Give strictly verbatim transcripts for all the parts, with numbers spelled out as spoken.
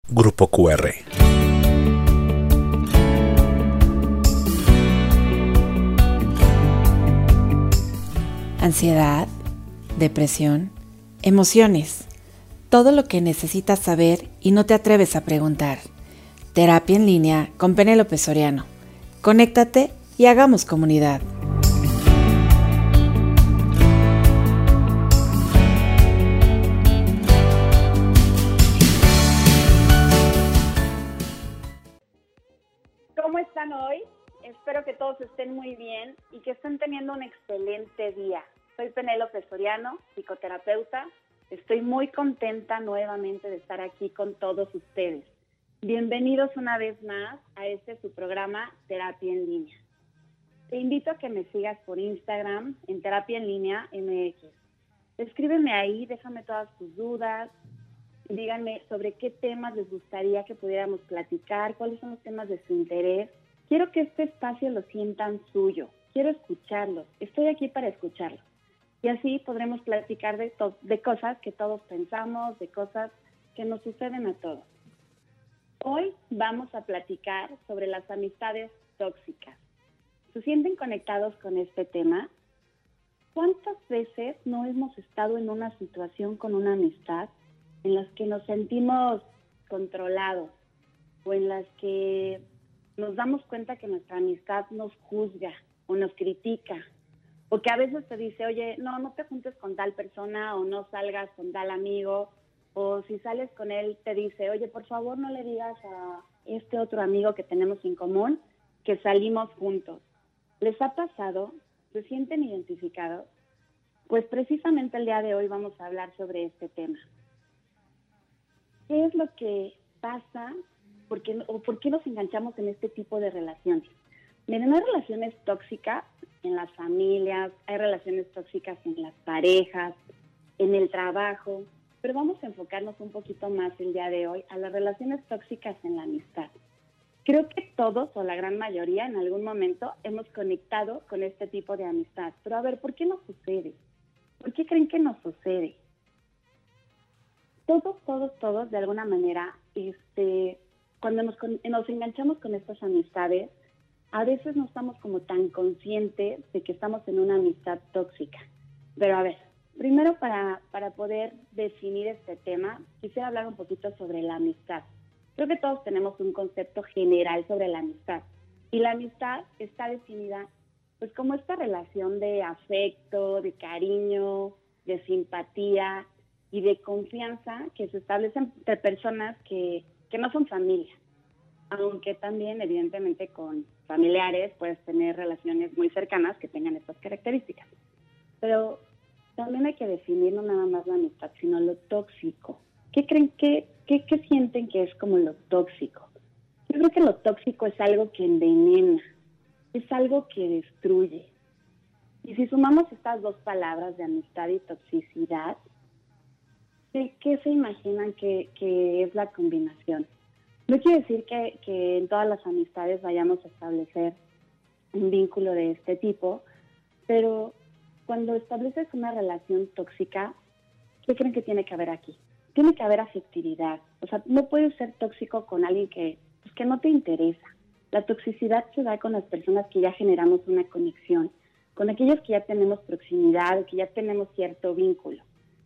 Grupo Q R. Ansiedad, depresión, emociones, todo lo que necesitas saber y no te atreves a preguntar. Terapia en línea con Penélope Soriano. Conéctate y hagamos comunidad. ¿Cómo están hoy? Espero que todos estén muy bien y que estén teniendo un excelente día. Soy Penélope Soriano, psicoterapeuta. Estoy muy contenta nuevamente de estar aquí con todos ustedes. Bienvenidos una vez más a este su programa Terapia en Línea. Te invito a que me sigas por Instagram en Terapia en Línea M X. Escríbeme ahí, déjame todas tus dudas, díganme sobre qué temas les gustaría que pudiéramos platicar, cuáles son los temas de su interés. Quiero que este espacio lo sientan suyo, quiero escucharlos, estoy aquí para escucharlos. Y así podremos platicar de, to- de cosas que todos pensamos, de cosas que nos suceden a todos. Hoy vamos a platicar sobre las amistades tóxicas. ¿Se sienten conectados con este tema? ¿Cuántas veces no hemos estado en una situación con una amistad en las que nos sentimos controlados o en las que nos damos cuenta que nuestra amistad nos juzga o nos critica? O que a veces te dice, oye, no, no te juntes con tal persona o no salgas con tal amigo. O si sales con él, te dice, oye, por favor no le digas a este otro amigo que tenemos en común que salimos juntos. ¿Les ha pasado? ¿Se sienten identificados? Pues precisamente el día de hoy vamos a hablar sobre este tema. ¿Qué es lo que pasa por qué, o por qué nos enganchamos en este tipo de relaciones? Miren, hay relaciones tóxicas en las familias, hay relaciones tóxicas en las parejas, en el trabajo, pero vamos a enfocarnos un poquito más el día de hoy a las relaciones tóxicas en la amistad. Creo que todos, o la gran mayoría, en algún momento hemos conectado con este tipo de amistad. Pero a ver, ¿por qué nos sucede? ¿Por qué creen que nos sucede? Todos, todos, todos, de alguna manera, este, cuando nos, nos enganchamos con estas amistades, a veces no estamos como tan conscientes de que estamos en una amistad tóxica. Pero a ver, primero para, para poder definir este tema, quisiera hablar un poquito sobre la amistad. Creo que todos tenemos un concepto general sobre la amistad. Y la amistad está definida pues como esta relación de afecto, de cariño, de simpatía y de confianza que se establece entre personas que, que no son familia. Aunque también, evidentemente, con familiares puedes tener relaciones muy cercanas que tengan estas características. Pero también hay que definir no nada más la amistad, sino lo tóxico. ¿Qué creen que, qué, qué sienten que es como lo tóxico? Yo creo que lo tóxico es algo que envenena, es algo que destruye. Y si sumamos estas dos palabras de amistad y toxicidad, ¿qué, qué se imaginan que, que es la combinación? No quiere decir que, que en todas las amistades vayamos a establecer un vínculo de este tipo, pero cuando estableces una relación tóxica, ¿qué creen que tiene que haber aquí? Tiene que haber afectividad. O sea, no puedes ser tóxico con alguien que, pues, que no te interesa. La toxicidad se da con las personas que ya generamos una conexión, con aquellos que ya tenemos proximidad, que ya tenemos cierto vínculo.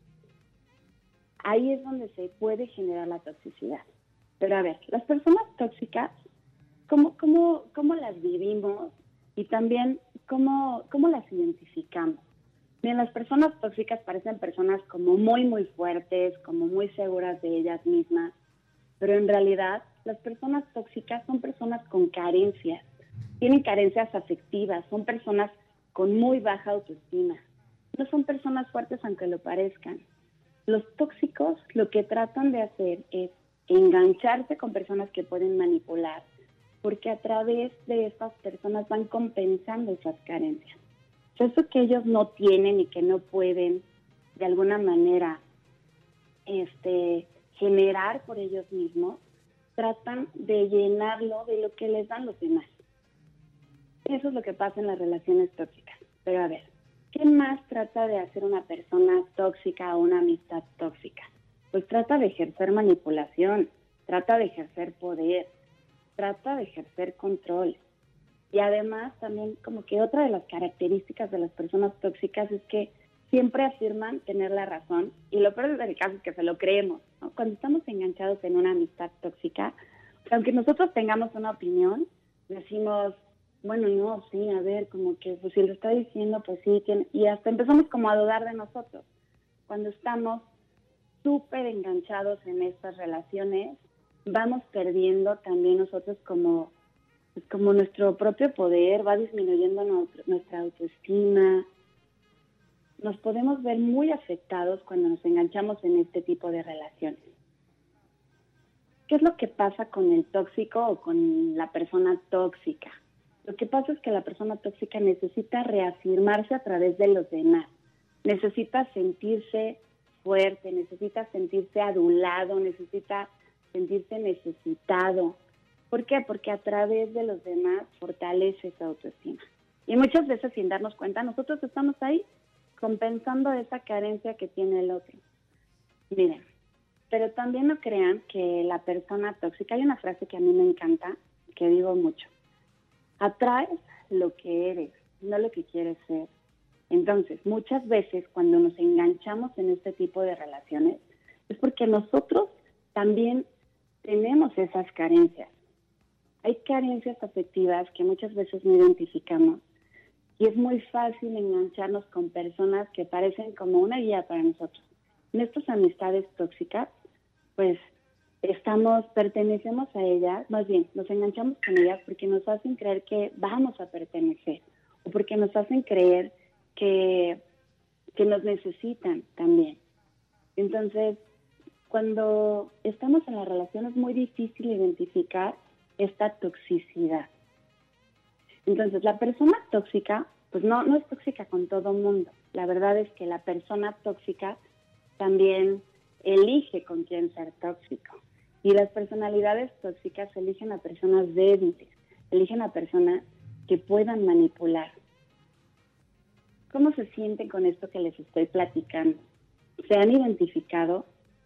Ahí es donde se puede generar la toxicidad. Pero a ver, las personas tóxicas, ¿cómo, cómo, cómo las vivimos? Y también, ¿cómo, cómo las identificamos? Bien, las personas tóxicas parecen personas como muy, muy fuertes, como muy seguras de ellas mismas, pero en realidad las personas tóxicas son personas con carencias, tienen carencias afectivas, son personas con muy baja autoestima, no son personas fuertes aunque lo parezcan. Los tóxicos lo que tratan de hacer es engancharse con personas que pueden manipular, porque a través de estas personas van compensando esas carencias. Eso que ellos no tienen y que no pueden de alguna manera este, generar por ellos mismos, tratan de llenarlo de lo que les dan los demás. Eso es lo que pasa en las relaciones tóxicas. Pero a ver, ¿qué más trata de hacer una persona tóxica o una amistad tóxica? Pues trata de ejercer manipulación. trata de ejercer poder, trata de ejercer control. Y además también como que otra de las características de las personas tóxicas es que siempre afirman tener la razón, y lo peor del caso es que se lo creemos, ¿no? Cuando estamos enganchados en una amistad tóxica, aunque nosotros tengamos una opinión, decimos, bueno, no, sí, a ver, como que pues si lo está diciendo, pues sí, tiene, y hasta empezamos como a dudar de nosotros. Cuando estamos súper enganchados en estas relaciones, vamos perdiendo también nosotros como, pues como nuestro propio poder, va disminuyendo nuestro, nuestra autoestima. Nos podemos ver muy afectados cuando nos enganchamos en este tipo de relaciones. ¿Qué es lo que pasa con el tóxico o con la persona tóxica? Lo que pasa es que la persona tóxica necesita reafirmarse a través de los demás. Necesita sentirse fuerte, necesita sentirse adulado, necesita sentirse necesitado. ¿Por qué? Porque a través de los demás fortalece su autoestima. Y muchas veces, sin darnos cuenta, nosotros estamos ahí compensando esa carencia que tiene el otro. Miren, pero también no crean que la persona tóxica, hay una frase que a mí me encanta, que digo mucho: atraes lo que eres, no lo que quieres ser. Entonces, muchas veces cuando nos enganchamos en este tipo de relaciones, es porque nosotros también tenemos esas carencias. Hay carencias afectivas que muchas veces no identificamos, y es muy fácil engancharnos con personas que parecen como una guía para nosotros. En estas amistades tóxicas, pues estamos, pertenecemos a ellas, más bien nos enganchamos con ellas porque nos hacen creer que vamos a pertenecer, o porque nos hacen creer que, que nos necesitan también. Entonces, cuando estamos en la relación es muy difícil identificar esta toxicidad. Entonces, la persona tóxica, pues no, no es tóxica con todo mundo. La verdad es que la persona tóxica también elige con quién ser tóxico. Y las personalidades tóxicas eligen a personas débiles, eligen a personas que puedan manipular. ¿Cómo se sienten con esto que les estoy platicando? ¿Se han identificado?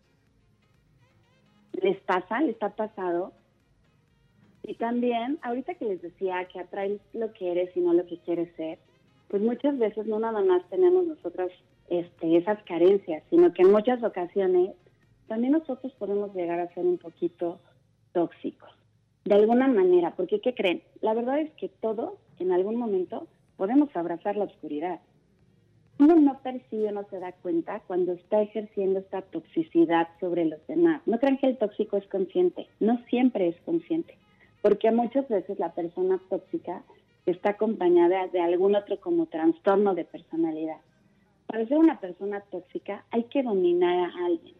¿Les pasa? ¿Les ha pasado? Y también, ahorita que les decía que atraes lo que eres y no lo que quieres ser, pues muchas veces no nada más tenemos nosotras este, esas carencias, sino que en muchas ocasiones también nosotros podemos llegar a ser un poquito tóxicos, de alguna manera, porque ¿qué creen? La verdad es que todos, en algún momento, podemos abrazar la oscuridad. Uno no percibe, no se da cuenta cuando está ejerciendo esta toxicidad sobre los demás. No crean que el tóxico es consciente, no siempre es consciente, porque muchas veces la persona tóxica está acompañada de algún otro como trastorno de personalidad. Para ser una persona tóxica hay que dominar a alguien.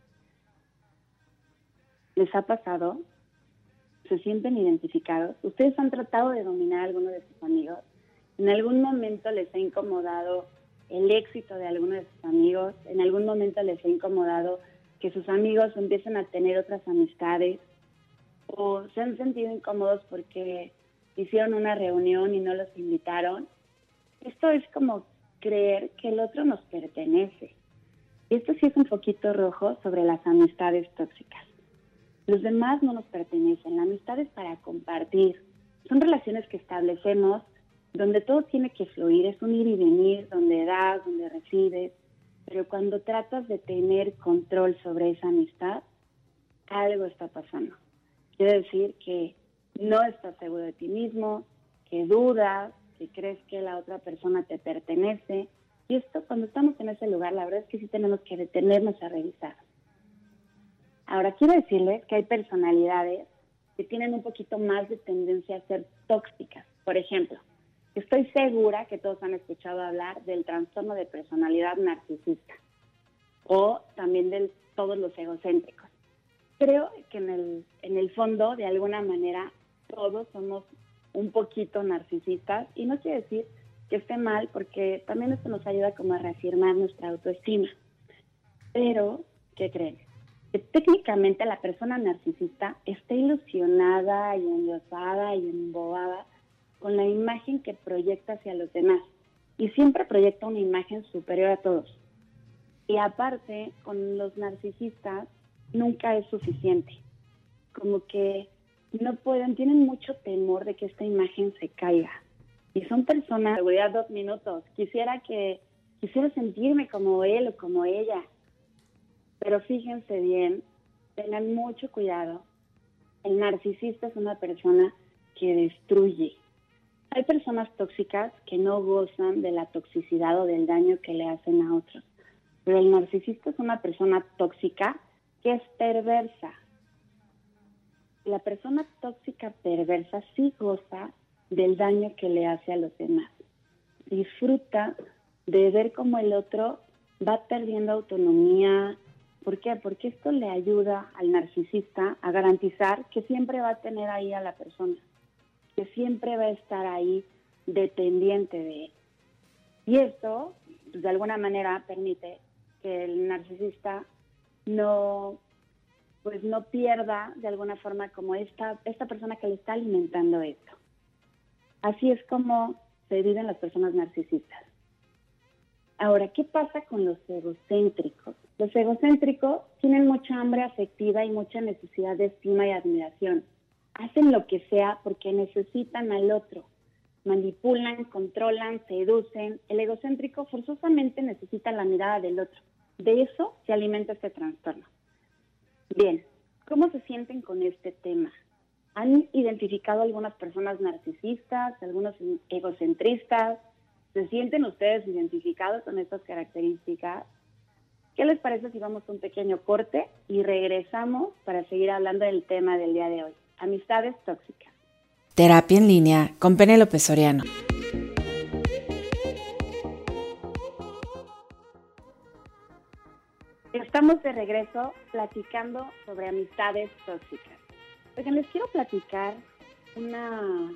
¿Les ha pasado? ¿Se sienten identificados? ¿Ustedes han tratado de dominar a alguno de sus amigos? ¿En algún momento les ha incomodado el éxito de alguno de sus amigos? ¿En algún momento les ha incomodado que sus amigos empiecen a tener otras amistades? ¿O se han sentido incómodos porque hicieron una reunión y no los invitaron? Esto es como creer que el otro nos pertenece. Y esto sí es un poquito rojo sobre las amistades tóxicas. Los demás no nos pertenecen, la amistad es para compartir. Son relaciones que establecemos donde todo tiene que fluir, es un ir y venir, donde das, donde recibes, pero cuando tratas de tener control sobre esa amistad, algo está pasando. Quiere decir que no estás seguro de ti mismo, que dudas, que crees que la otra persona te pertenece. Y esto, cuando estamos en ese lugar, la verdad es que sí tenemos que detenernos a revisar. Ahora, quiero decirles que hay personalidades que tienen un poquito más de tendencia a ser tóxicas. Por ejemplo, estoy segura que todos han escuchado hablar del trastorno de personalidad narcisista o también de todos los egocéntricos. Creo que en el, en el fondo, de alguna manera, todos somos un poquito narcisistas, y no quiere decir que esté mal, porque también esto nos ayuda como a reafirmar nuestra autoestima. Pero, ¿qué creen? Que técnicamente la persona narcisista está ilusionada y endiosada y embobada con la imagen que proyecta hacia los demás, y siempre proyecta una imagen superior a todos. Y aparte, con los narcisistas nunca es suficiente. como que no pueden, tienen mucho temor de que esta imagen se caiga. Y son personas, seguridad dos minutos, quisiera que, quisiera sentirme como él o como ella. Pero fíjense bien, tengan mucho cuidado. El narcisista es una persona que destruye. Hay personas tóxicas que no gozan de la toxicidad o del daño que le hacen a otros. Pero el narcisista es una persona tóxica que es perversa. La persona tóxica perversa sí goza del daño que le hace a los demás. Disfruta de ver cómo el otro va perdiendo autonomía. ¿Por qué? Porque esto le ayuda al narcisista a garantizar que siempre va a tener ahí a la persona, que siempre va a estar ahí dependiente de él. Y esto, de alguna manera, permite que el narcisista no, pues no pierda de alguna forma como esta, esta persona que le está alimentando esto. Así es como se viven las personas narcisistas. Ahora, ¿qué pasa con los egocéntricos? Los egocéntricos tienen mucha hambre afectiva y mucha necesidad de estima y admiración. Hacen lo que sea porque necesitan al otro. Manipulan, controlan, seducen. El egocéntrico forzosamente necesita la mirada del otro. De eso se alimenta este trastorno. Bien, ¿cómo se sienten con este tema? ¿Han identificado algunas personas narcisistas, algunos egocentristas? ¿Se sienten ustedes identificados con estas características? ¿Qué les parece si vamos a un pequeño corte y regresamos para seguir hablando del tema del día de hoy? Amistades tóxicas. Terapia en línea con Penélope Soriano. Estamos de regreso platicando sobre amistades tóxicas. Oigan, les quiero platicar una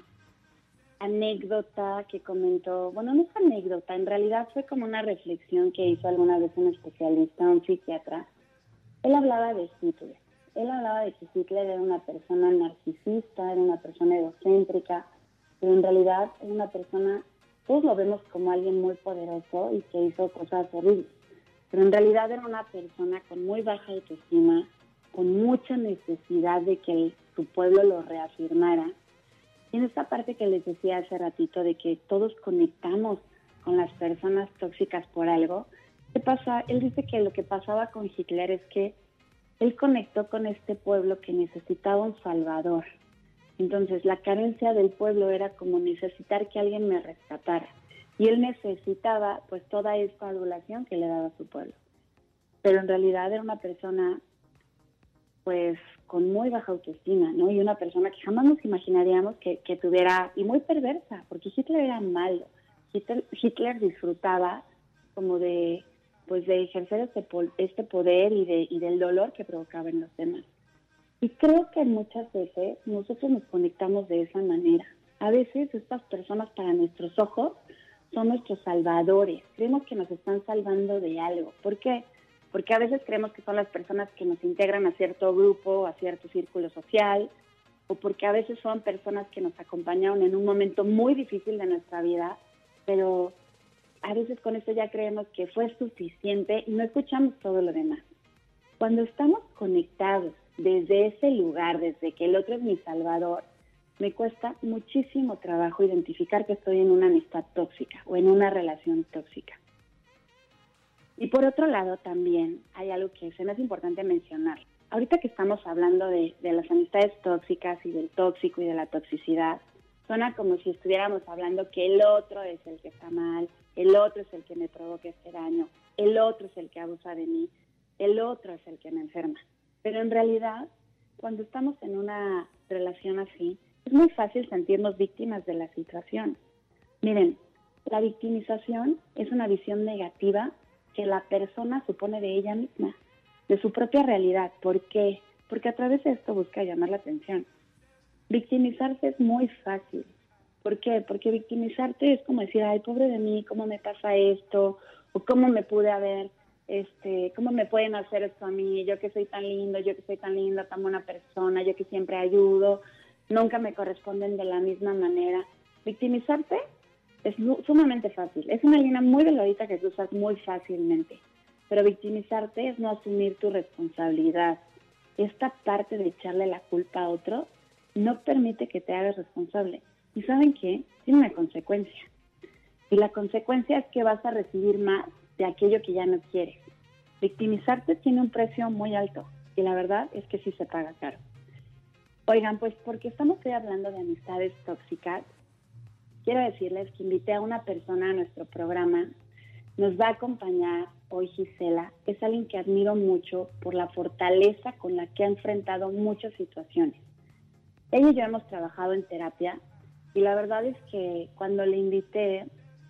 anécdota que comentó, bueno, no es anécdota, en realidad fue como una reflexión que hizo alguna vez un especialista, un psiquiatra. Él hablaba de Hitler. Él hablaba de que Hitler era una persona narcisista, era una persona egocéntrica, pero en realidad era una persona, todos lo vemos como alguien muy poderoso y que hizo cosas horribles, pero en realidad era una persona con muy baja autoestima, con mucha necesidad de que el, su pueblo lo reafirmara. Y en esta parte que les decía hace ratito de que todos conectamos con las personas tóxicas por algo, ¿qué pasa? Él dice que lo que pasaba con Hitler es que él conectó con este pueblo que necesitaba un salvador. Entonces la carencia del pueblo era como necesitar que alguien me rescatara. Y él necesitaba pues toda esta adulación que le daba a su pueblo. Pero en realidad era una persona pues con muy baja autoestima, ¿no? Y una persona que jamás nos imaginaríamos que, que tuviera, y muy perversa, porque Hitler era malo. Hitler, Hitler disfrutaba como de, pues de ejercer este, este poder y, de, y del dolor que provocaba en los demás. Y creo que muchas veces nosotros nos conectamos de esa manera. A veces estas personas para nuestros ojos son nuestros salvadores. Creemos que nos están salvando de algo. ¿Por qué? Porque a veces creemos que son las personas que nos integran a cierto grupo, a cierto círculo social, o porque a veces son personas que nos acompañaron en un momento muy difícil de nuestra vida, pero a veces con eso ya creemos que fue suficiente y no escuchamos todo lo demás. Cuando estamos conectados desde ese lugar, desde que el otro es mi salvador, me cuesta muchísimo trabajo identificar que estoy en una amistad tóxica o en una relación tóxica. Y por otro lado también hay algo que se me hace importante mencionar. Ahorita que estamos hablando de, de las amistades tóxicas y del tóxico y de la toxicidad, suena como si estuviéramos hablando que el otro es el que está mal, el otro es el que me provoca este daño, el otro es el que abusa de mí, el otro es el que me enferma. Pero en realidad, cuando estamos en una relación así, es muy fácil sentirnos víctimas de la situación. Miren, la victimización es una visión negativa que la persona supone de ella misma, de su propia realidad. ¿Por qué? Porque a través de esto busca llamar la atención. Victimizarse es muy fácil. ¿Por qué? Porque victimizarte es como decir, ay, pobre de mí, ¿cómo me pasa esto? O ¿cómo me pude haber, este, cómo me pueden hacer esto a mí? Yo que soy tan lindo, yo que soy tan linda, tan buena persona, yo que siempre ayudo, nunca me corresponden de la misma manera. Victimizarte es sumamente fácil. Es una línea muy delgadita que usas muy fácilmente. Pero victimizarte es no asumir tu responsabilidad. esta parte de echarle la culpa a otro no permite que te hagas responsable. ¿Y saben qué? Tiene una consecuencia. Y la consecuencia es que vas a recibir más de aquello que ya no quieres. Victimizarte tiene un precio muy alto y la verdad es que sí se paga caro. Oigan, pues porque estamos hoy hablando de amistades tóxicas, quiero decirles que invité a una persona a nuestro programa. Nos va a acompañar hoy Gisela. Es alguien que admiro mucho por la fortaleza con la que ha enfrentado muchas situaciones. Ella y yo hemos trabajado en terapia y la verdad es que cuando le invité,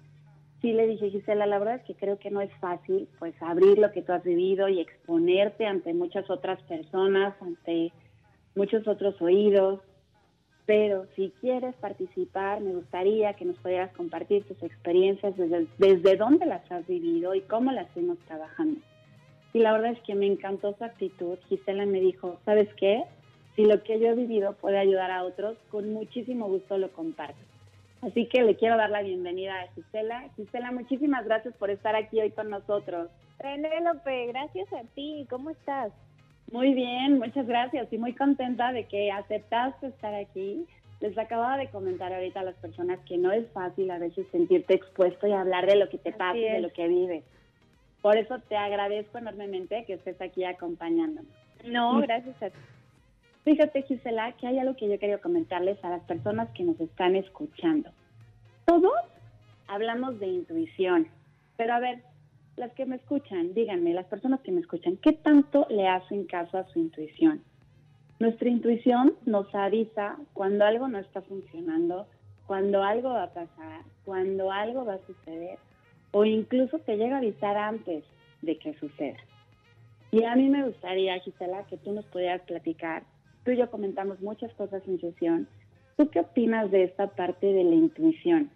sí le dije, Gisela, la verdad es que creo que no es fácil pues abrir lo que tú has vivido y exponerte ante muchas otras personas, ante muchos otros oídos, pero si quieres participar, me gustaría que nos pudieras compartir tus experiencias, desde, desde dónde las has vivido y cómo las fuimos trabajando. Y la verdad es que me encantó su actitud. Gisela me dijo, ¿sabes qué? Si lo que yo he vivido puede ayudar a otros, con muchísimo gusto lo comparto. Así que le quiero dar la bienvenida a Gisela. Gisela, muchísimas gracias por estar aquí hoy con nosotros. Penélope, gracias a ti. ¿Cómo estás? Muy bien, muchas gracias y muy contenta de que aceptaste estar aquí. Les acababa de comentar ahorita a las personas que no es fácil a veces sentirte expuesto y hablar de lo que te pasa y de lo que vives. Por eso te agradezco enormemente que estés aquí acompañándonos. No, gracias a ti. Fíjate, Gisela, que hay algo que yo quería comentarles a las personas que nos están escuchando. Todos hablamos de intuición, pero a ver, las que me escuchan, díganme, las personas que me escuchan, ¿qué tanto le hacen caso a su intuición? Nuestra intuición nos avisa cuando algo no está funcionando, cuando algo va a pasar, cuando algo va a suceder, o incluso te llega a avisar antes de que suceda. Y a mí me gustaría, Gisela, que tú nos pudieras platicar. Tú y yo comentamos muchas cosas en sesión. ¿Tú qué opinas de esta parte de la intuición?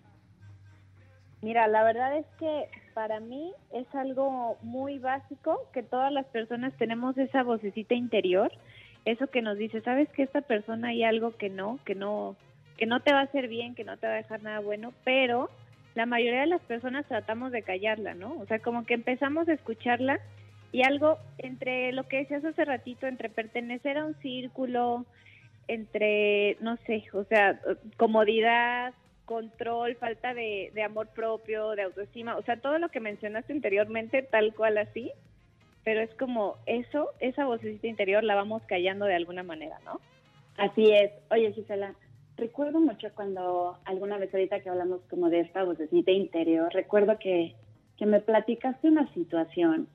Mira, la verdad es que para mí es algo muy básico, que todas las personas tenemos esa vocecita interior, eso que nos dice, sabes que esta persona hay algo que no, que no, que no te va a hacer bien, que no te va a dejar nada bueno, pero la mayoría de las personas tratamos de callarla, ¿no? O sea, como que empezamos a escucharla y algo entre lo que decías hace ratito, entre pertenecer a un círculo, entre, no sé, o sea, comodidad, control, falta de, de amor propio, de autoestima, o sea, todo lo que mencionaste anteriormente, tal cual así, pero es como eso, esa vocecita interior la vamos callando de alguna manera, ¿no? Así es. Oye, Gisela, recuerdo mucho cuando alguna vez ahorita que hablamos como de esta vocecita interior, recuerdo que, que me platicaste una situación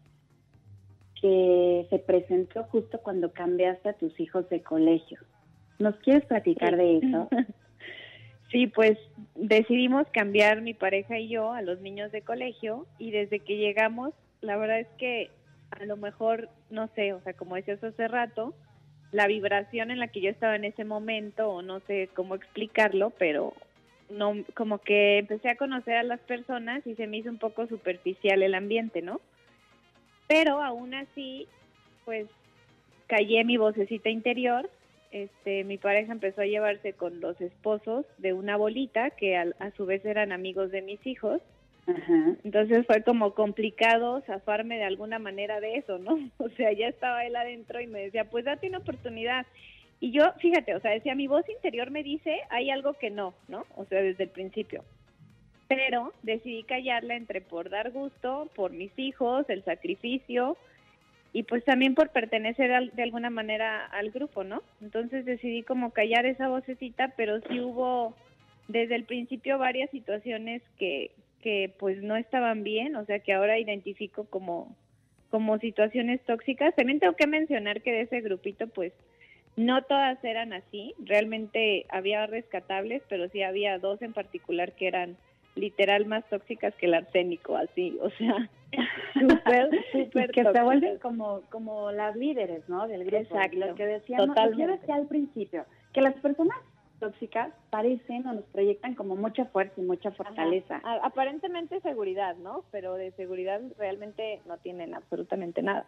que se presentó justo cuando cambiaste a tus hijos de colegio. ¿Nos quieres platicar de eso? Sí, pues decidimos cambiar mi pareja y yo a los niños de colegio y desde que llegamos, la verdad es que a lo mejor, no sé, o sea, como decías hace rato, la vibración en la que yo estaba en ese momento, o no sé cómo explicarlo, pero no, como que empecé a conocer a las personas y se me hizo un poco superficial el ambiente, ¿no? Pero aún así, pues callé mi vocecita interior. Este, mi pareja empezó a llevarse con los esposos de una abuelita que a, a su vez eran amigos de mis hijos. Ajá. Entonces fue como complicado zafarme de alguna manera de eso, ¿no? O sea, ya estaba él adentro y me decía, pues date una oportunidad. Y yo, fíjate, o sea, decía, mi voz interior me dice, hay algo que no, ¿no? O sea, desde el principio. Pero decidí callarla entre por dar gusto, por mis hijos, el sacrificio, y pues también por pertenecer al, de alguna manera al grupo, ¿no? Entonces decidí como callar esa vocecita, pero sí hubo desde el principio varias situaciones que, que pues no estaban bien, o sea que ahora identifico como, como situaciones tóxicas. También tengo que mencionar que de ese grupito pues no todas eran así, realmente había rescatables, pero sí había dos en particular que eran literal más tóxicas que el arsénico, así, o sea, súper, súper que tóxicas. se vuelven como, como las líderes, ¿no? Del grupo. Exacto, lo que decíamos, lo que decía al principio, que las personas tóxicas parecen o nos proyectan como mucha fuerza y mucha fortaleza. Ajá. Aparentemente seguridad, ¿no? Pero de seguridad realmente no tienen absolutamente nada.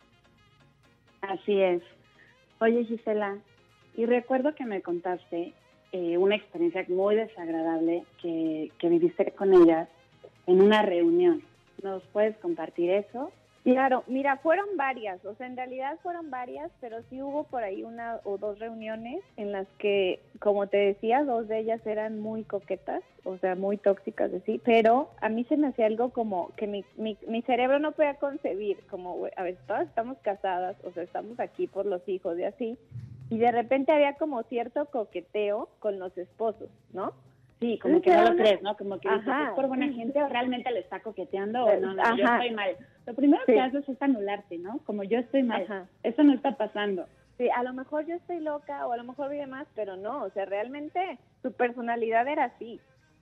Así es. Oye, Gisela, y recuerdo que me contaste eh, una experiencia muy desagradable que, que viviste con ellas en una reunión. ¿Nos puedes compartir eso? Claro, mira, fueron varias, o sea, en realidad fueron varias, pero sí hubo por ahí una o dos reuniones en las que, como te decía, dos de ellas eran muy coquetas, o sea, muy tóxicas, así, pero a mí se me hacía algo como que mi, mi, mi cerebro no podía concebir, como, güey, a ver, todas estamos casadas, o sea, estamos aquí por los hijos y así, y de repente había como cierto coqueteo con los esposos, ¿no? Sí, como Entonces, que no lo una... crees, ¿no? Como que dices, Ajá. ¿es por buena gente o realmente le está coqueteando o no? No, Ajá. yo estoy mal. Lo primero Sí. que haces es anularte, ¿no? Como yo estoy mal. Ajá. Eso no está pasando. Sí, a lo mejor yo estoy loca o a lo mejor vive más, pero no, o sea, realmente su personalidad era así.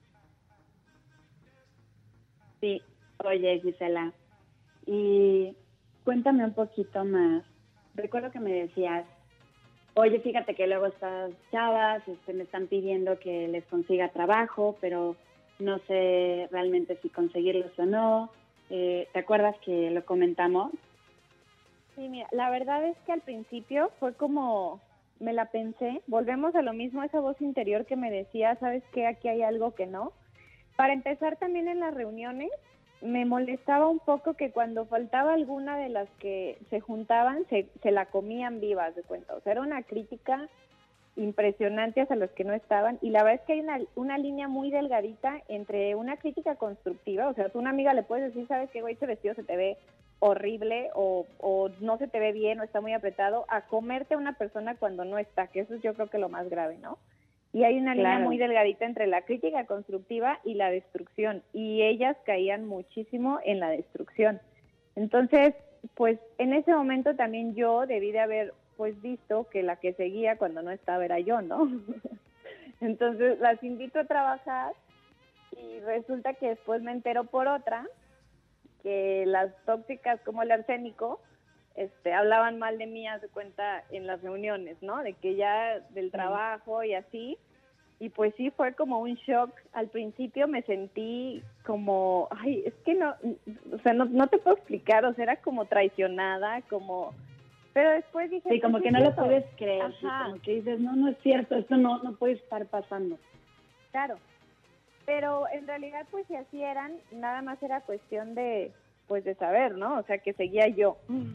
Sí, oye, Gisela, y cuéntame un poquito más. Recuerdo que me decías, oye, fíjate que luego estas chavas este, me están pidiendo que les consiga trabajo, pero no sé realmente si conseguirlos o no. Eh, ¿Te acuerdas que lo comentamos? Sí, mira, la verdad es que al principio fue como, me la pensé, volvemos a lo mismo, esa voz interior que me decía, ¿sabes qué? Aquí hay algo que no. Para empezar, también en las reuniones me molestaba un poco que cuando faltaba alguna de las que se juntaban, se, se la comían vivas, de cuenta. O sea, era una crítica impresionante hacia los que no estaban, y la verdad es que hay una, una línea muy delgadita entre una crítica constructiva, o sea, tú a una amiga le puedes decir, ¿sabes qué, güey? Ese vestido se te ve horrible, o, o no se te ve bien, o está muy apretado, a comerte a una persona cuando no está, que eso es yo creo que lo más grave, ¿no? Y hay una Claro. línea muy delgadita entre la crítica constructiva y la destrucción, y ellas caían muchísimo en la destrucción. Entonces, pues en ese momento también yo debí de haber pues visto que la que seguía cuando no estaba era yo, ¿no? Entonces las invito a trabajar y resulta que después me entero por otra que las tóxicas como el arsénico este, hablaban mal de mí, haz de cuenta, en las reuniones, ¿no? De que ya del trabajo y así. Y pues sí, fue como un shock. Al principio me sentí como, ay, es que no, o sea, no, no te puedo explicar, o sea, era como traicionada, como... Pero después dije... Sí, como pues, que no ¿es lo puedes creer, sí, Ajá. como que dices, no, no es cierto, esto no, no puede estar pasando. Claro, pero en realidad pues si así eran, nada más era cuestión de, pues de saber, ¿no? O sea, que seguía yo.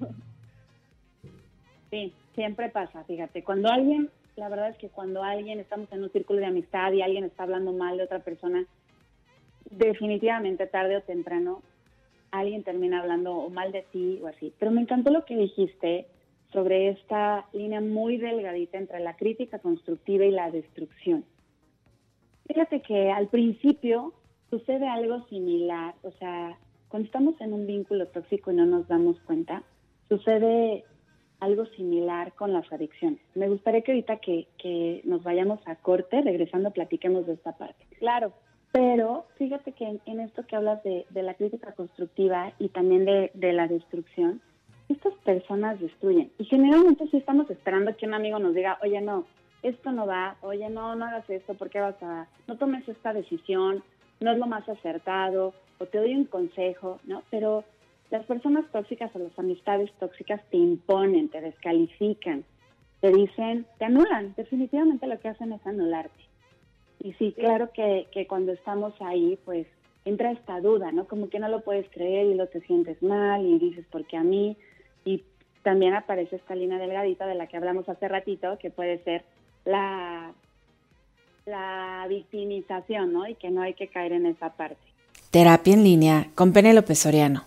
Sí, siempre pasa, fíjate, cuando alguien, la verdad es que cuando alguien, estamos en un círculo de amistad y alguien está hablando mal de otra persona, definitivamente tarde o temprano alguien termina hablando o mal de ti o así. Pero me encantó lo que dijiste sobre esta línea muy delgadita entre la crítica constructiva y la destrucción. Fíjate que al principio sucede algo similar, o sea, cuando estamos en un vínculo tóxico y no nos damos cuenta, sucede algo similar con las adicciones. Me gustaría que ahorita que, que nos vayamos a corte, regresando, platiquemos de esta parte. Claro. Pero fíjate que en, en esto que hablas de, de la crítica constructiva y también de, de la destrucción, estas personas destruyen. Y generalmente sí estamos esperando que un amigo nos diga, oye, no, esto no va, oye, no, no hagas esto, ¿por qué vas a...? No tomes esta decisión, no es lo más acertado, o te doy un consejo, ¿no? Pero las personas tóxicas o las amistades tóxicas te imponen, te descalifican, te dicen, te anulan. Definitivamente lo que hacen es anularte. Y sí, claro que, que cuando estamos ahí, pues entra esta duda, ¿no? Como que no lo puedes creer y lo te sientes mal y dices, ¿por qué a mí? Y también aparece esta línea delgadita de la que hablamos hace ratito, que puede ser la, la victimización, ¿no? Y que no hay que caer en esa parte. Terapia en línea con Penélope Soriano.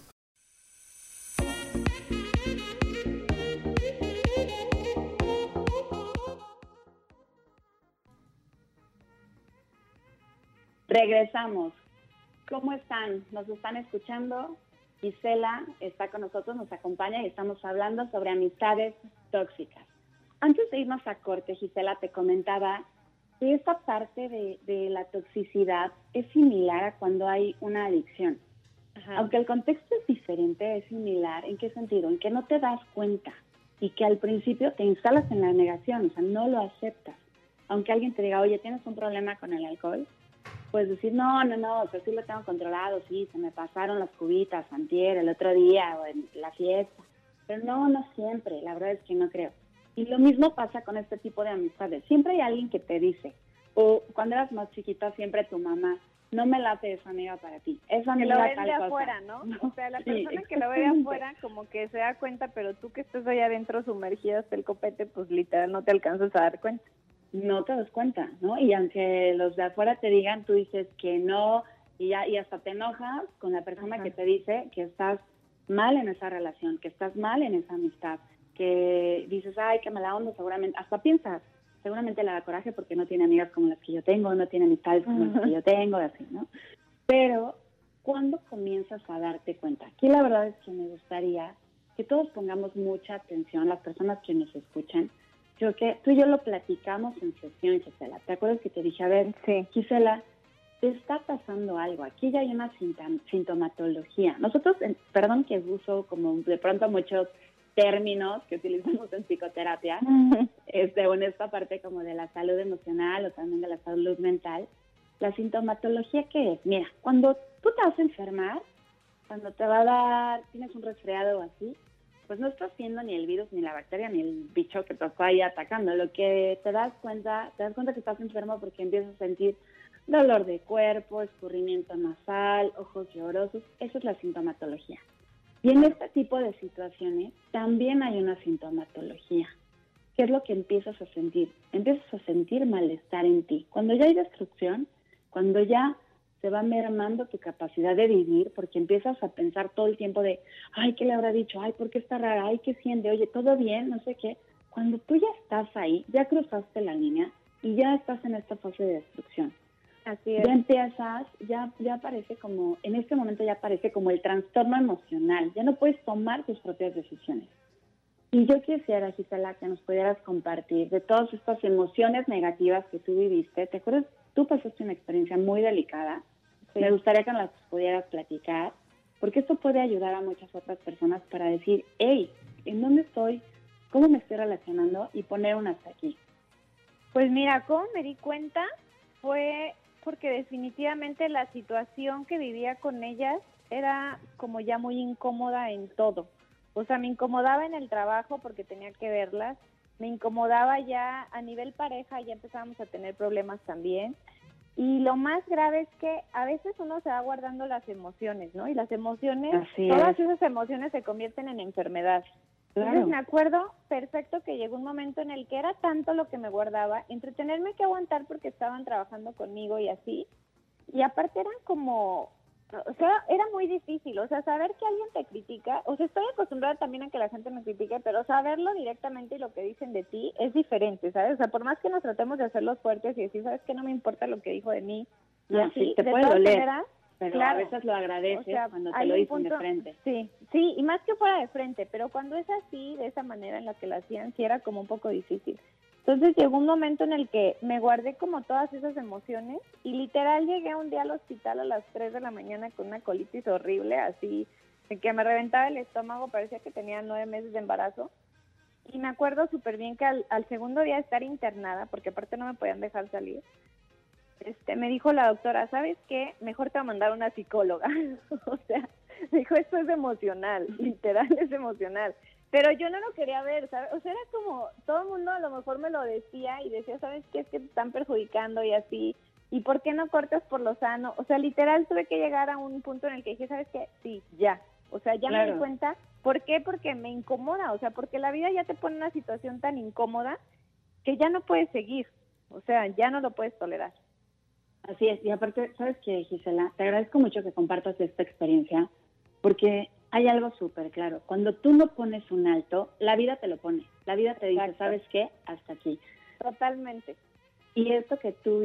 Regresamos. ¿Cómo están? ¿Nos están escuchando? Gisela está con nosotros, nos acompaña y estamos hablando sobre amistades tóxicas. Antes de irnos a corte, Gisela, te comentaba que esta parte de, de la toxicidad es similar a cuando hay una adicción. Ajá. Aunque el contexto es diferente, es similar. ¿En qué sentido? En que no te das cuenta y que al principio te instalas en la negación, o sea, no lo aceptas. Aunque alguien te diga, oye, ¿tienes un problema con el alcohol? Pues decir, no, no, no, o sea, sí lo tengo controlado, sí, se me pasaron las cubitas antier, el otro día, o en la fiesta. Pero no, no siempre, la verdad es que no creo. Y lo mismo pasa con este tipo de amistades. Siempre hay alguien que te dice, o cuando eras más chiquita, siempre tu mamá, no me late esa amiga para ti. Esa que lo amiga ven tal de cosa. afuera, ¿no? ¿no? O sea, la Sí, persona que lo ve de exactamente. afuera como que se da cuenta, pero tú que estás allá adentro sumergida hasta el copete, pues literal no te alcanzas a dar cuenta. No te das cuenta, ¿no? Y aunque los de afuera te digan, tú dices que no, y ya y hasta te enojas con la persona Ajá. que te dice que estás mal en esa relación, que estás mal en esa amistad, que dices, ay, qué mala onda, seguramente, hasta piensas, seguramente le da coraje porque no tiene amigas como las que yo tengo, no tiene amistades como las que yo tengo, así, ¿no? Pero, ¿cuándo comienzas a darte cuenta? Aquí la verdad es que me gustaría que todos pongamos mucha atención, las personas que nos escuchan. Creo que tú y yo lo platicamos en sesión, Gisela. ¿Te acuerdas que te dije, a ver, Sí. Gisela, te está pasando algo? Aquí ya hay una sintomatología. Nosotros, perdón que uso como de pronto muchos términos que utilizamos en psicoterapia, este, o en esta parte como de la salud emocional o también de la salud mental. La sintomatología, ¿qué es? Mira, cuando tú te vas a enfermar, cuando te va a dar, tienes un resfriado o así, pues no estás viendo ni el virus, ni la bacteria, ni el bicho que te está ahí atacando. Lo que te das cuenta, te das cuenta que estás enfermo porque empiezas a sentir dolor de cuerpo, escurrimiento nasal, ojos llorosos. Esa es la sintomatología. Y en este tipo de situaciones también hay una sintomatología. ¿Qué es lo que empiezas a sentir? Empiezas a sentir malestar en ti. Cuando ya hay destrucción, cuando ya se va mermando tu capacidad de vivir, porque empiezas a pensar todo el tiempo de, ay, ¿qué le habrá dicho? Ay, ¿por qué está rara? Ay, ¿qué siente? Oye, ¿todo bien? No sé qué. Cuando tú ya estás ahí, ya cruzaste la línea y ya estás en esta fase de destrucción. Así es. Ya empiezas, ya, ya aparece como, en este momento ya aparece como el trastorno emocional. Ya no puedes tomar tus propias decisiones. Y yo quisiera, Gisela, que nos pudieras compartir de todas estas emociones negativas que tú viviste. ¿Te acuerdas? Tú pasaste una experiencia muy delicada. Sí. Me gustaría que nos las pudieras platicar, porque esto puede ayudar a muchas otras personas para decir, hey, ¿en dónde estoy? ¿Cómo me estoy relacionando? Y poner un hasta aquí. Pues mira, ¿cómo me di cuenta? Fue porque definitivamente la situación que vivía con ellas era como ya muy incómoda en todo. O sea, me incomodaba en el trabajo porque tenía que verlas, me incomodaba ya a nivel pareja, ya empezábamos a tener problemas también. Y lo más grave es que a veces uno se va guardando las emociones, ¿no? Y las emociones, Así todas es. esas emociones se convierten en enfermedad. Claro. Entonces me acuerdo perfecto que llegó un momento en el que era tanto lo que me guardaba, entre tenerme que aguantar porque estaban trabajando conmigo y así, y aparte eran como, o sea, era muy difícil, o sea, saber que alguien te critica, o sea, estoy acostumbrada también a que la gente me critique, pero saberlo directamente y lo que dicen de ti es diferente, ¿sabes? O sea, por más que nos tratemos de hacerlos fuertes y decir, ¿sabes qué? No me importa lo que dijo de mí, y no, así, sí, te de puede todas doler. maneras, Pero claro, a veces lo agradeces, o sea, cuando te hay lo un dicen punto, de frente. Sí, sí, y más que fuera de frente, pero cuando es así, de esa manera en la que lo hacían, sí era como un poco difícil. Entonces llegó un momento en el que me guardé como todas esas emociones y literal llegué un día al hospital a las tres de la mañana con una colitis horrible, así, de que me reventaba el estómago, parecía que tenía nueve meses de embarazo. Y me acuerdo súper bien que al, al segundo día de estar internada, porque aparte no me podían dejar salir, Este, me dijo la doctora, ¿sabes qué? Mejor te va a mandar una psicóloga. O sea, me dijo, esto es emocional, literal es emocional. Pero yo no lo quería ver, ¿sabes? O sea, era como, todo el mundo a lo mejor me lo decía y decía, ¿sabes qué? Es que te están perjudicando y así. ¿Y por qué no cortas por lo sano? O sea, literal tuve que llegar a un punto en el que dije, ¿sabes qué? Sí, ya. O sea, ya claro. Me di cuenta. ¿Por qué? Porque me incomoda. O sea, porque la vida ya te pone en una situación tan incómoda que ya no puedes seguir. O sea, ya no lo puedes tolerar. Así es, y aparte, ¿sabes qué, Gisela? Te agradezco mucho que compartas esta experiencia, porque hay algo súper claro. Cuando tú no pones un alto, la vida te lo pone. La vida te dice, Exacto. ¿Sabes qué? Hasta aquí. Totalmente. Y esto que tú,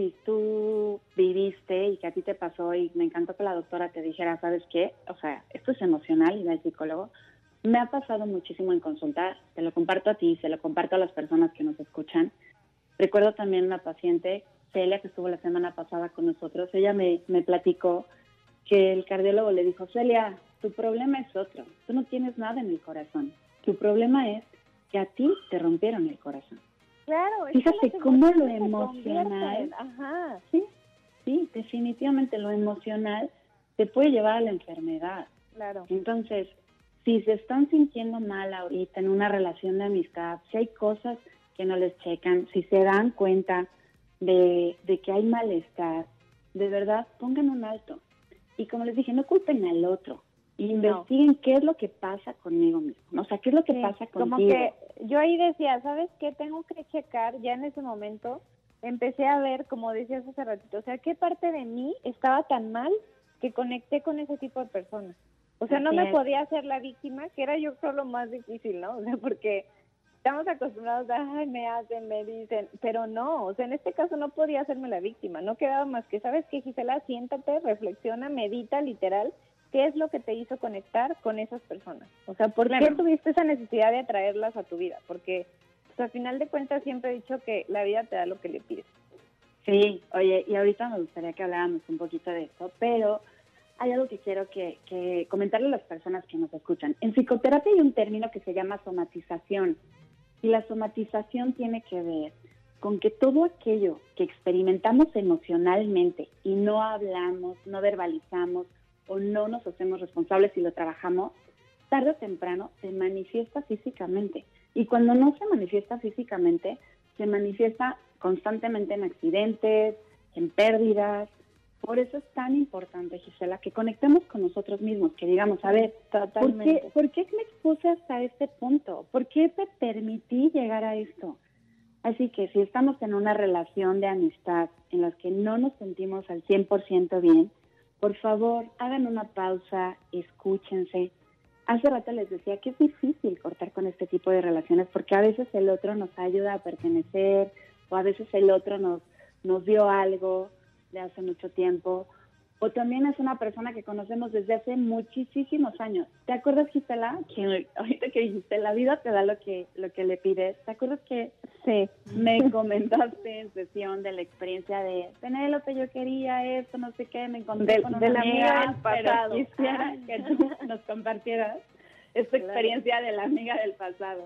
tú viviste y que a ti te pasó, y me encantó que la doctora te dijera, ¿sabes qué? O sea, esto es emocional, y el psicólogo, me ha pasado muchísimo en consultar. Te lo comparto a ti, se lo comparto a las personas que nos escuchan. Recuerdo también una paciente, Celia, que estuvo la semana pasada con nosotros. Ella me, me platicó que el cardiólogo le dijo, Celia, tu problema es otro. Tú no tienes nada en el corazón. Tu problema es que a ti te rompieron el corazón. Claro. Fíjate cómo lo emocional... Ajá. Sí, sí, definitivamente lo emocional te puede llevar a la enfermedad. Claro. Entonces, si se están sintiendo mal ahorita en una relación de amistad, si hay cosas que no les checan, si se dan cuenta de, de que hay malestar, de verdad, pongan un alto. Y como les dije, no culpen al otro. Investiguen no. qué es lo que pasa conmigo mismo. O sea, qué es lo que sí, pasa contigo. Como que yo ahí decía, ¿sabes qué? Tengo que checar, ya en ese momento, empecé a ver, como decías hace ratito, o sea, qué parte de mí estaba tan mal que conecté con ese tipo de personas. O sea, Así no me es. podía hacer la víctima, que era yo creo lo más difícil, ¿no? O sea, porque estamos acostumbrados a, ay, me hacen, me dicen, pero no, o sea, en este caso no podía hacerme la víctima, no quedaba más que, ¿sabes qué, Gisela? Siéntate, reflexiona, medita, literal, ¿qué es lo que te hizo conectar con esas personas? O sea, ¿por claro. qué tuviste esa necesidad de atraerlas a tu vida? Porque, pues, al final de cuentas siempre he dicho que la vida te da lo que le pides. Sí, oye, y ahorita me gustaría que habláramos un poquito de esto, pero hay algo que quiero que, que comentarle a las personas que nos escuchan. En psicoterapia hay un término que se llama somatización, y la somatización tiene que ver con que todo aquello que experimentamos emocionalmente y no hablamos, no verbalizamos o no nos hacemos responsables y lo trabajamos, tarde o temprano se manifiesta físicamente. Y cuando no se manifiesta físicamente, se manifiesta constantemente en accidentes, en pérdidas. Por eso es tan importante, Gisela, que conectemos con nosotros mismos, que digamos, a ver, ¿por qué, ¿por qué me expuse hasta este punto? ¿Por qué me permití llegar a esto? Así que si estamos en una relación de amistad en la que no nos sentimos al cien por ciento bien, por favor, hagan una pausa, escúchense. Hace rato les decía que es difícil cortar con este tipo de relaciones porque a veces el otro nos ayuda a pertenecer o a veces el otro nos, nos dio algo de hace mucho tiempo, o también es una persona que conocemos desde hace muchísimos años. ¿Te acuerdas, Gisela? Que ahorita que dijiste, la vida te da lo que lo que le pides. ¿Te acuerdas que sí, me comentaste en sesión de la experiencia de Penélope, yo quería esto, no sé qué, me encontré de, con una de la amiga del pasado? Pero quisiera ah. que tú nos compartieras esta experiencia claro. de la amiga del pasado.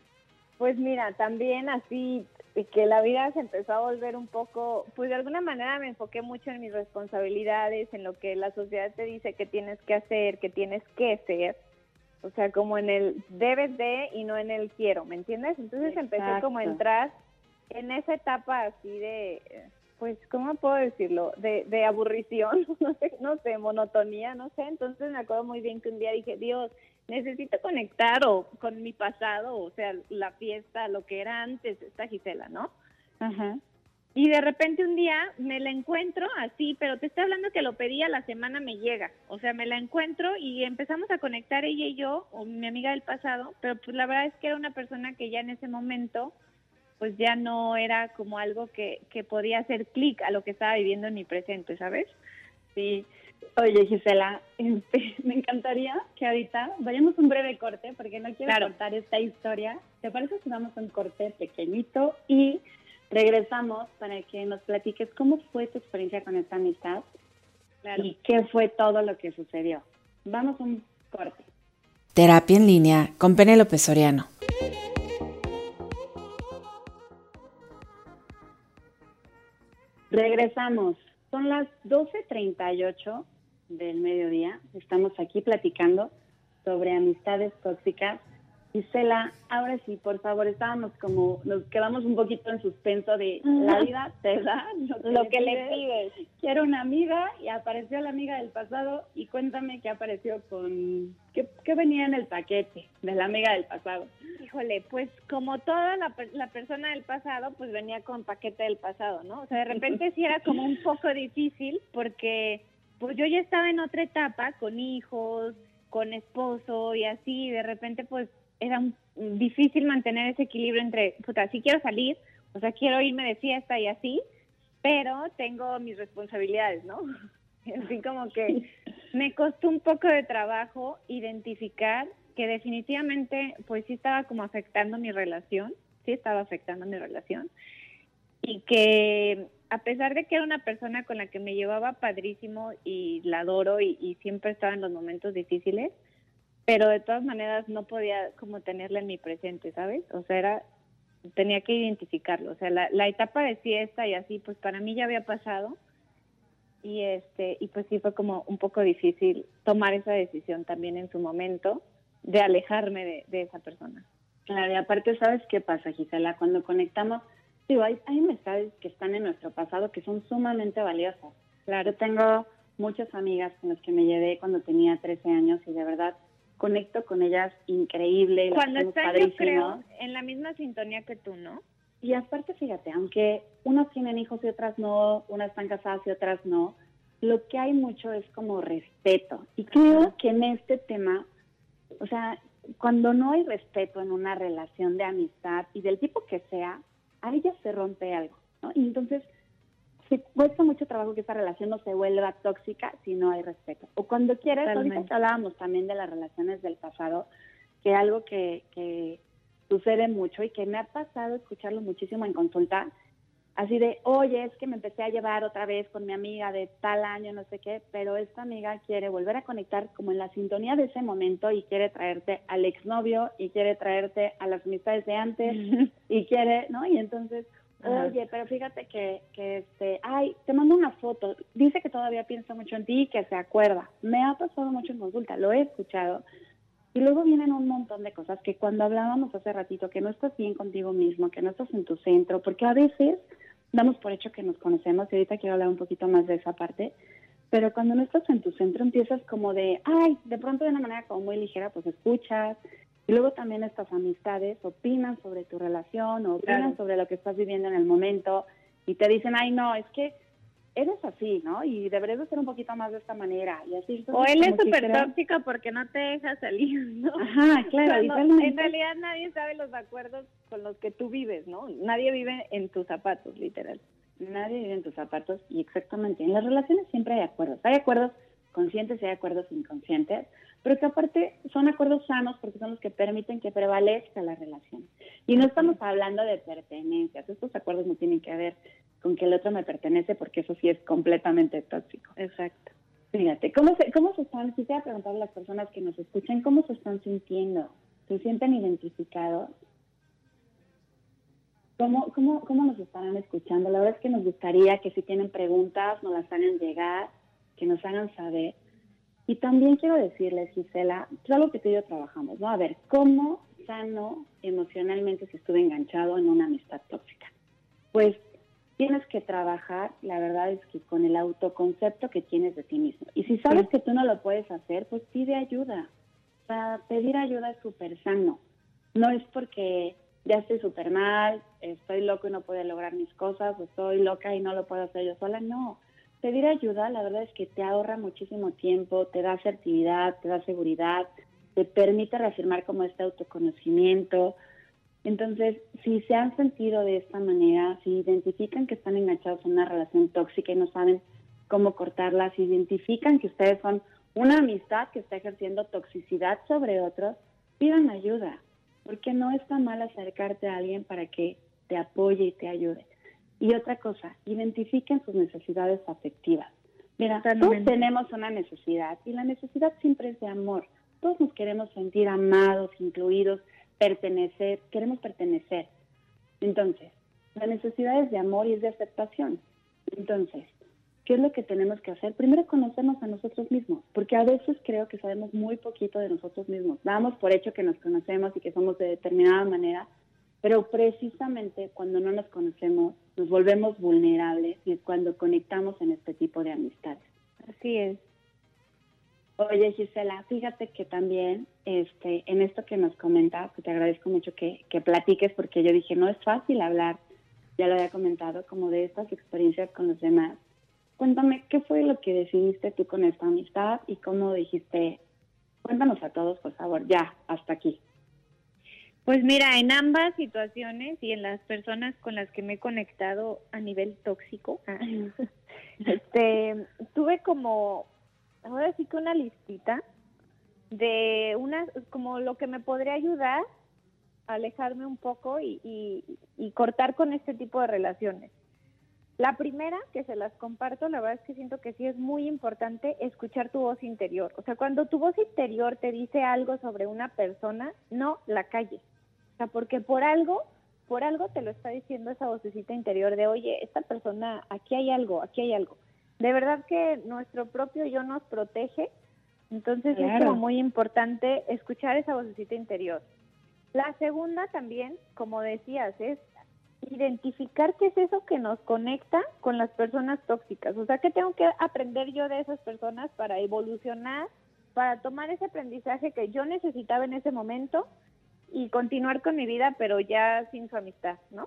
Pues mira, también así que la vida se empezó a volver un poco, pues de alguna manera me enfoqué mucho en mis responsabilidades, en lo que la sociedad te dice que tienes que hacer, que tienes que ser, o sea, como en el debes de y no en el quiero, ¿me entiendes? Entonces Exacto. empecé como a entrar en esa etapa así de, pues, ¿cómo puedo decirlo? De, de aburrición, no sé, no sé, monotonía, no sé, entonces me acuerdo muy bien que un día dije, Dios, necesito conectar o con mi pasado, o sea, la fiesta, lo que era antes, esta Gisela, ¿no? Ajá. Y de repente un día me la encuentro así, pero te estoy hablando que lo pedí a la semana me llega, o sea, me la encuentro y empezamos a conectar ella y yo, o mi amiga del pasado, pero pues la verdad es que era una persona que ya en ese momento, pues ya no era como algo que, que podía hacer clic a lo que estaba viviendo en mi presente, ¿sabes? Sí. Oye, Gisela, este, me encantaría que ahorita vayamos a un breve corte, porque no quiero claro. cortar esta historia. ¿Te parece si vamos a un corte pequeñito y regresamos para que nos platiques cómo fue tu experiencia con esta amistad claro. y qué fue todo lo que sucedió? Vamos a un corte. Terapia en línea con Penélope Soriano. Regresamos. Son las doce treinta y ocho del mediodía. Estamos aquí platicando sobre amistades tóxicas. Gisela, ahora sí, por favor, estábamos como, nos quedamos un poquito en suspenso de la vida te da lo que, lo le, que pides. le pides. Quiero una amiga y apareció la amiga del pasado y cuéntame qué apareció con, qué, qué venía en el paquete de la amiga del pasado. Híjole, pues como toda la, la persona del pasado, pues venía con paquete del pasado, ¿no? O sea, de repente sí era como un poco difícil porque pues yo ya estaba en otra etapa con hijos, con esposo y así, y de repente pues era un, difícil mantener ese equilibrio entre, puta, sí quiero salir, o sea, quiero irme de fiesta y así, pero tengo mis responsabilidades, ¿no? Así como que me costó un poco de trabajo identificar que definitivamente, pues sí estaba como afectando mi relación, sí estaba afectando mi relación, y que a pesar de que era una persona con la que me llevaba padrísimo y la adoro y, y siempre estaba en los momentos difíciles, pero de todas maneras no podía como tenerla en mi presente, ¿sabes? O sea, era, tenía que identificarlo. O sea, la, la etapa de fiesta y así, pues para mí ya había pasado y este y pues sí fue como un poco difícil tomar esa decisión también en su momento de alejarme de, de esa persona. Claro, y aparte, ¿sabes qué pasa, Gisela? Cuando conectamos, digo, hay, hay amistades que están en nuestro pasado que son sumamente valiosas, Claro, tengo muchas amigas con las que me llevé cuando tenía trece años y de verdad conecto con ellas increíble. Cuando están, yo creo, en la misma sintonía que tú, ¿no? Y aparte, fíjate, aunque unas tienen hijos y otras no, unas están casadas y otras no, lo que hay mucho es como respeto. Y creo que en este tema, o sea, cuando no hay respeto en una relación de amistad y del tipo que sea, ahí ya se rompe algo, ¿no? Y entonces se cuesta mucho trabajo que esa relación no se vuelva tóxica si no hay respeto. O cuando quieres, Totalmente. ahorita hablábamos también de las relaciones del pasado, que algo que, que sucede mucho y que me ha pasado escucharlo muchísimo en consulta, así de, oye, es que me empecé a llevar otra vez con mi amiga de tal año, no sé qué, pero esta amiga quiere volver a conectar como en la sintonía de ese momento y quiere traerte al exnovio y quiere traerte a las amistades de antes y quiere, ¿no? Y entonces, oye, pero fíjate que, que este, ay, te mando una foto, dice que todavía piensa mucho en ti y que se acuerda. Me ha pasado mucho en consulta, lo he escuchado. Y luego vienen un montón de cosas que cuando hablábamos hace ratito, que no estás bien contigo mismo, que no estás en tu centro, porque a veces damos por hecho que nos conocemos, y ahorita quiero hablar un poquito más de esa parte, pero cuando no estás en tu centro empiezas como de, ay, de pronto de una manera como muy ligera, pues escuchas, y luego también estas amistades opinan sobre tu relación, o opinan claro. sobre lo que estás viviendo en el momento, y te dicen, ay, no, es que eres así, ¿no? Y deberías de ser un poquito más de esta manera. Y así. O él es súper creo... tóxica porque no te deja salir, ¿no? Ajá, claro. Cuando, en realidad nadie sabe los acuerdos con los que tú vives, ¿no? Nadie vive en tus zapatos, literal. Nadie vive en tus zapatos y exactamente. En las relaciones siempre hay acuerdos. Hay acuerdos conscientes y hay acuerdos inconscientes, pero que aparte son acuerdos sanos porque son los que permiten que prevalezca la relación. Y no estamos hablando de pertenencias. Estos acuerdos no tienen que ver con que el otro me pertenece, porque eso sí es completamente tóxico. Exacto. Fíjate, ¿cómo se, cómo se están, si te voy a preguntar a las personas que nos escuchan, cómo se están sintiendo? ¿Se sienten identificados? ¿Cómo, cómo, cómo nos estarán escuchando? La verdad es que nos gustaría que si tienen preguntas, nos las hagan llegar, que nos hagan saber. Y también quiero decirles, Gisela, es algo que tú y yo trabajamos, ¿no? A ver, ¿cómo sano emocionalmente si estuve enganchado en una amistad tóxica? Pues tienes que trabajar, la verdad es que con el autoconcepto que tienes de ti mismo. Y si sabes sí. que tú no lo puedes hacer, pues pide ayuda. O sea, pedir ayuda es súper sano. No es porque ya estoy súper mal, estoy loco y no puedo lograr mis cosas, o estoy loca y no lo puedo hacer yo sola. No, pedir ayuda, la verdad es que te ahorra muchísimo tiempo, te da asertividad, te da seguridad, te permite reafirmar como este autoconocimiento. Entonces, si se han sentido de esta manera, si identifican que están enganchados en una relación tóxica y no saben cómo cortarla, si identifican que ustedes son una amistad que está ejerciendo toxicidad sobre otros, pidan ayuda, porque no está mal acercarte a alguien para que te apoye y te ayude. Y otra cosa, identifiquen sus necesidades afectivas. Mira, todos tenemos una necesidad y la necesidad siempre es de amor. Todos nos queremos sentir amados, incluidos, pertenecer, queremos pertenecer. Entonces, la necesidad es de amor y es de aceptación. Entonces, ¿qué es lo que tenemos que hacer? Primero, conocernos a nosotros mismos, porque a veces creo que sabemos muy poquito de nosotros mismos. Damos por hecho que nos conocemos y que somos de determinada manera, pero precisamente cuando no nos conocemos, nos volvemos vulnerables y es cuando conectamos en este tipo de amistades. Así es. Oye, Gisela, fíjate que también este, en esto que nos comentas, que te agradezco mucho que, que platiques, porque yo dije, no es fácil hablar, ya lo había comentado, como de estas experiencias con los demás. Cuéntame, ¿qué fue lo que decidiste tú con esta amistad y cómo dijiste, cuéntanos a todos, por favor, ya, hasta aquí? Pues mira, en ambas situaciones y en las personas con las que me he conectado a nivel tóxico, este, tuve como... ahora sí que una listita de unas, como lo que me podría ayudar a alejarme un poco y, y, y cortar con este tipo de relaciones. La primera, que se las comparto, la verdad es que siento que sí es muy importante escuchar tu voz interior. O sea, cuando tu voz interior te dice algo sobre una persona, no la calles. O sea, porque por algo, por algo te lo está diciendo esa vocecita interior de, oye, esta persona, aquí hay algo, aquí hay algo. De verdad que nuestro propio yo nos protege, entonces claro. es como muy importante escuchar esa vocecita interior. La segunda también, como decías, es identificar qué es eso que nos conecta con las personas tóxicas. O sea, ¿qué tengo que aprender yo de esas personas para evolucionar, para tomar ese aprendizaje que yo necesitaba en ese momento y continuar con mi vida, pero ya sin su amistad, ¿no?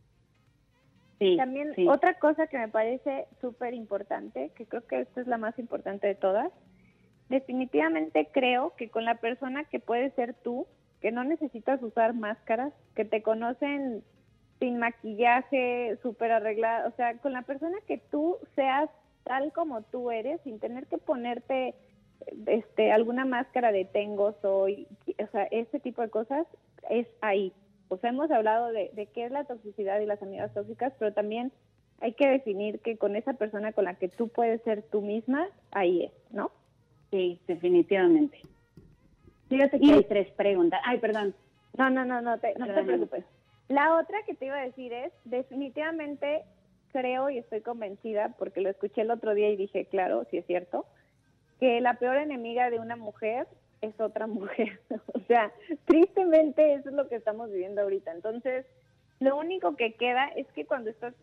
Sí, También sí. Otra cosa que me parece súper importante, que creo que esta es la más importante de todas, definitivamente creo que con la persona que puedes ser tú, que no necesitas usar máscaras, que te conocen sin maquillaje, súper arreglada, o sea, con la persona que tú seas tal como tú eres, sin tener que ponerte este alguna máscara de tengo, soy, o sea, ese tipo de cosas, es ahí. O sea, hemos hablado de, de qué es la toxicidad y las amigas tóxicas, pero también hay que definir que con esa persona con la que tú puedes ser tú misma, ahí es, ¿no? Sí, definitivamente. Fíjate que Y- hay tres preguntas. Ay, perdón. No, no, no, no te, no te Perdón. preocupes. La otra que te iba a decir es, definitivamente creo y estoy convencida, porque lo escuché el otro día y dije, claro, sí es cierto, que la peor enemiga de una mujer es otra mujer. O sea, tristemente eso es lo que estamos viviendo ahorita. Entonces, lo único que queda es que cuando estás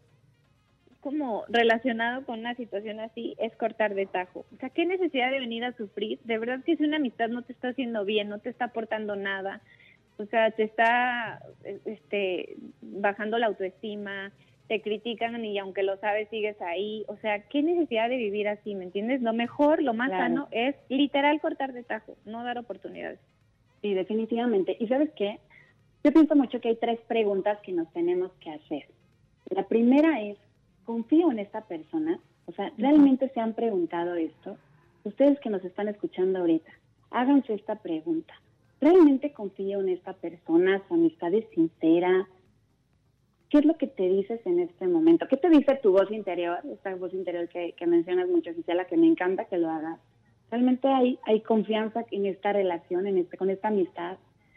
como relacionado con una situación así, es cortar de tajo. O sea, ¿qué necesidad de venir a sufrir? De verdad que si una amistad no te está haciendo bien, no te está aportando nada, o sea, te está este bajando la autoestima, te critican y aunque lo sabes sigues ahí, o sea, ¿qué necesidad de vivir así? ¿Me entiendes? Lo mejor, lo más Claro. sano es literal cortar de tajo, no dar oportunidades. Sí, definitivamente. ¿Y sabes qué? Yo pienso mucho que hay tres preguntas que nos tenemos que hacer. La primera es, ¿confío en esta persona? O sea, ¿realmente se han preguntado esto? Ustedes que nos están escuchando ahorita, háganse esta pregunta. ¿Realmente confío en esta persona? ¿Su amistad es sincera? ¿Qué es lo que te dices en este momento? ¿Qué te dice tu voz interior? Esta voz interior que, que mencionas mucho, Gisela, que me encanta que lo hagas. ¿Realmente hay, hay confianza en esta relación, en este, con esta amistad?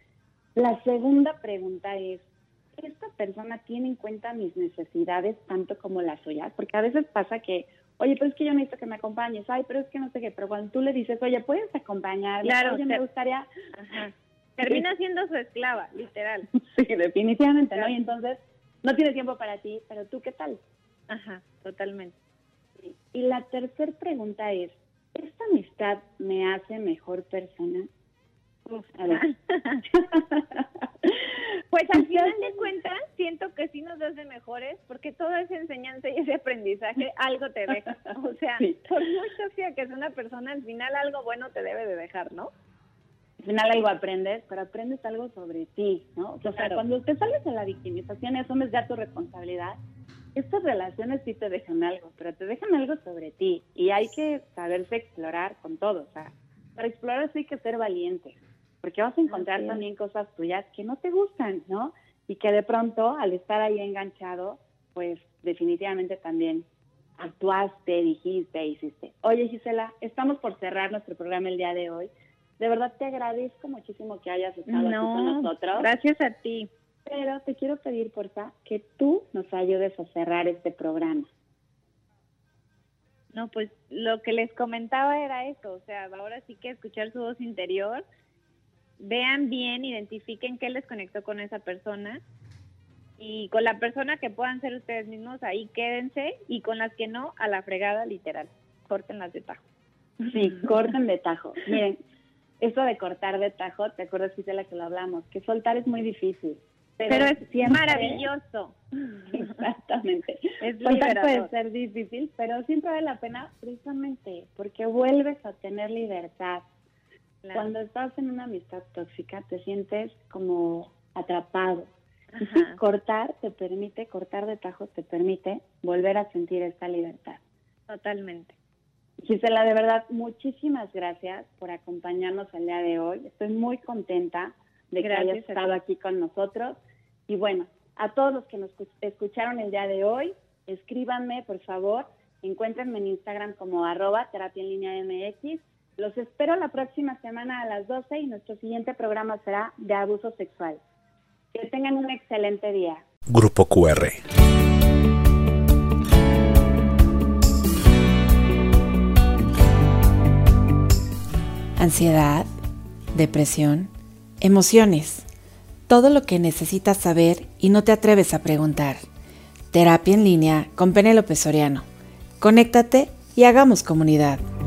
La segunda pregunta es, ¿esta persona tiene en cuenta mis necesidades tanto como las suyas? Porque a veces pasa que, oye, pero es que yo necesito que me acompañes, ay, pero es que no sé qué, pero cuando tú le dices, oye, ¿puedes acompañarme? Claro, Oye, te- me gustaría... Ajá. Termina siendo su esclava, literal. Sí, definitivamente, ¿no? Claro. Y entonces, no tiene tiempo para ti, pero ¿tú qué tal? Ajá, totalmente. Sí. Y la tercera pregunta es, ¿esta amistad me hace mejor persona? Uf. A ver. Pues al final de cuentas, siento que sí nos hace mejores, porque toda esa enseñanza y ese aprendizaje algo te deja. O sea, Sí. por muy tóxica que es una persona, al final algo bueno te debe de dejar, ¿no? Al final algo aprendes, pero aprendes algo sobre ti, ¿no? O sea, Claro. cuando te sales de la victimización y asumes ya tu responsabilidad, estas relaciones sí te dejan algo, pero te dejan algo sobre ti y hay que saberse explorar con todo. O sea, para explorar eso hay que ser valiente, porque vas a encontrar Así es. también cosas tuyas que no te gustan, ¿no? Y que de pronto, al estar ahí enganchado, pues definitivamente también actuaste, dijiste, hiciste. Oye, Gisela, estamos por cerrar nuestro programa el día de hoy. De verdad te agradezco muchísimo que hayas estado aquí con No, nosotros. gracias a ti. Pero te quiero pedir, porfa, que tú nos ayudes a cerrar este programa. No, pues lo que les comentaba era eso, o sea, ahora sí que escuchar su voz interior, vean bien, identifiquen qué les conectó con esa persona y con la persona que puedan ser ustedes mismos, ahí quédense, y con las que no, a la fregada, literal, córtenlas de tajo. Sí, corten de tajo. Miren, esto de cortar de tajo, ¿te acuerdas, Gisela, que lo hablamos? Que soltar es muy difícil. Pero, Pero es siempre- maravilloso. Exactamente. Es Soltar liberador. puede ser difícil, pero siempre vale la pena precisamente porque vuelves a tener libertad. Claro. Cuando estás en una amistad tóxica te sientes como atrapado. Y Ajá. sí, cortar te permite, cortar de tajo te permite volver a sentir esta libertad. Totalmente. Gisela, de verdad, muchísimas gracias por acompañarnos el día de hoy. Estoy muy contenta de Gracias que a hayas ti. estado aquí con nosotros. Y bueno, a todos los que nos escu- escucharon el día de hoy, escríbanme, por favor. Encuéntrenme en Instagram como arroba terapia en línea M X. Los espero la próxima semana a las doce y nuestro siguiente programa será de abuso sexual. Que tengan un excelente día. Grupo Q R. Ansiedad, depresión, emociones. todo lo que necesitas saber y no te atreves a preguntar. Terapia en línea con Penélope Soriano. Conéctate y hagamos comunidad.